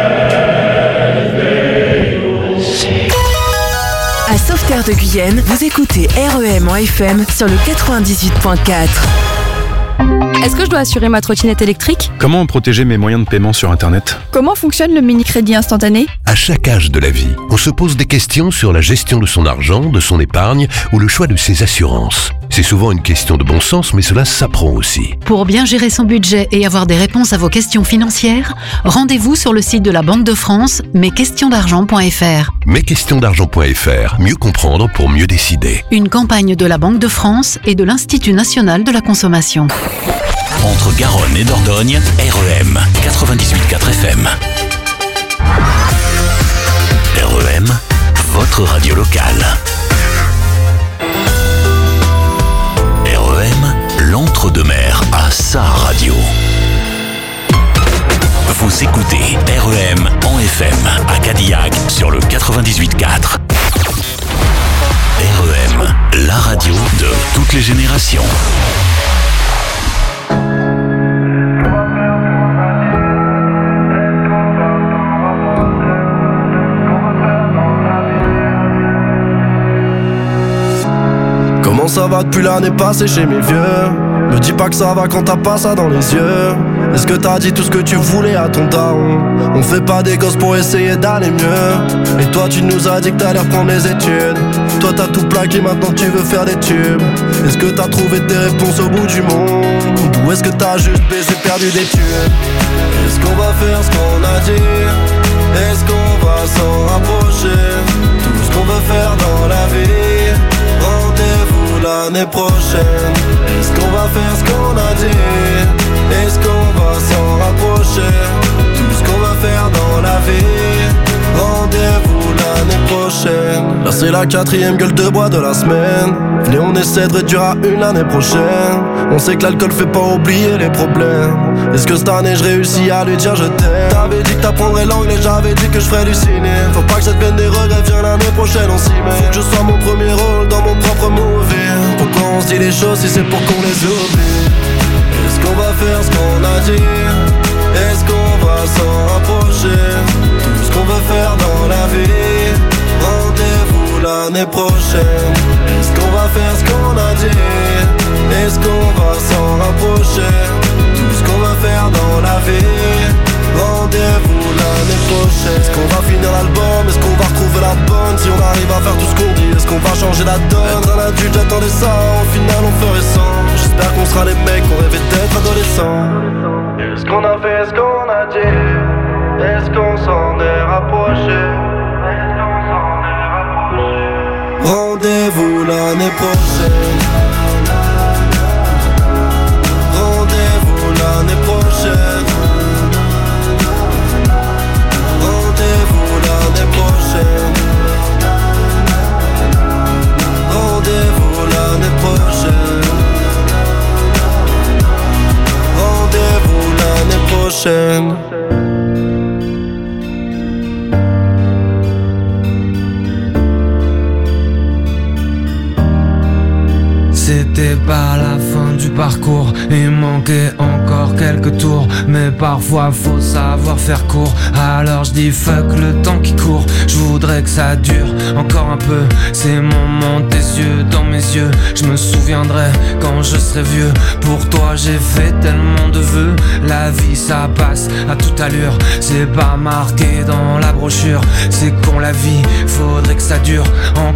À Sauveterre de Guyenne, vous écoutez R E M en F M sur le quatre-vingt-dix-huit point quatre. Est-ce que je dois assurer ma trottinette électrique ? Comment protéger mes moyens de paiement sur Internet ? Comment fonctionne le mini-crédit instantané ? À chaque âge de la vie, on se pose des questions sur la gestion de son argent, de son épargne ou le choix de ses assurances. C'est souvent une question de bon sens, mais cela s'apprend aussi. Pour bien gérer son budget et avoir des réponses à vos questions financières, rendez-vous sur le site de la Banque de France, mes questions d'argent point f r. mes questions d'argent point f r, mieux comprendre pour mieux décider. Une campagne de la Banque de France et de l'Institut national de la consommation. Entre Garonne et Dordogne, R E M quatre-vingt-dix-huit point quatre F M. R E M, votre radio locale. R E M, l'entre-deux-mer à sa radio. Vous écoutez R E M en F M à Cadillac sur le quatre-vingt-dix-huit point quatre. R E M, la radio de toutes les générations. Comment ça va depuis l'année passée chez mes vieux? Me dis pas que ça va quand t'as pas ça dans les yeux. Est-ce que t'as dit tout ce que tu voulais à ton daron? On fait pas des gosses pour essayer d'aller mieux. Et toi tu nous as dit que t'allais reprendre les études. Toi t'as tout plaqué, maintenant tu veux faire des tubes. Est-ce que t'as trouvé tes réponses au bout du monde? Ou est-ce que t'as juste baisé, perdu des tubes? Est-ce qu'on va faire ce qu'on a dit? Est-ce qu'on va s'en rapprocher? Tout ce qu'on veut faire dans la vie, rendez-vous l'année prochaine. Est-ce qu'on va faire ce qu'on a dit? Est-ce qu'on va s'en rapprocher? Tout ce qu'on va faire dans la vie, rendez-vous l'année prochaine. Là c'est la quatrième gueule de bois de la semaine. Venez on essaie de réduire à une l'année prochaine. On sait que l'alcool fait pas oublier les problèmes. Est-ce que cette année je réussis à lui dire je t'aime? T'avais dit que t'apprendrais l'anglais, j'avais dit que je ferais du ciné. Faut pas que ça devienne des regrets, viens l'année prochaine on s'y met. Faut que je sois mon premier rôle dans mon propre movie. Pourquoi on se dit les choses si c'est pour qu'on les oublie? Est-ce qu'on va faire ce qu'on a dit? Est-ce qu'on va s'en rapprocher? Tout ce qu'on veut faire dans la vie, rendez-vous l'année prochaine. Est-ce qu'on va faire ce qu'on a dit? Est-ce qu'on va s'en rapprocher? Tout ce qu'on va faire dans la vie, rendez-vous l'année prochaine. Est-ce qu'on va finir l'album? Est-ce qu'on va retrouver la bonne? Si on arrive à faire tout ce qu'on dit, est-ce qu'on va changer la donne? Être un adulte, j'attendais ça, au final on ferait sans. J'espère qu'on sera les mecs qu'on rêvait d'être adolescents. Est-ce qu'on a fait ce qu'on a dit? Est-ce qu'on s'en est rapproché? Rendez-vous l'année prochaine. Rendez-vous l'année prochaine. prochaine. C'était pas la fin du parcours, il manquait encore quelques tours, mais parfois faut savoir faire court. Alors je dis fuck le temps qui court, je voudrais que ça dure encore un peu. Ces moments, tes yeux dans mes yeux, je me souviendrai quand je serai vieux. Pour toi j'ai fait tellement de vœux, la vie ça passe à toute allure. C'est pas marqué dans la brochure, c'est qu'on la vie, faudrait que ça dure encore.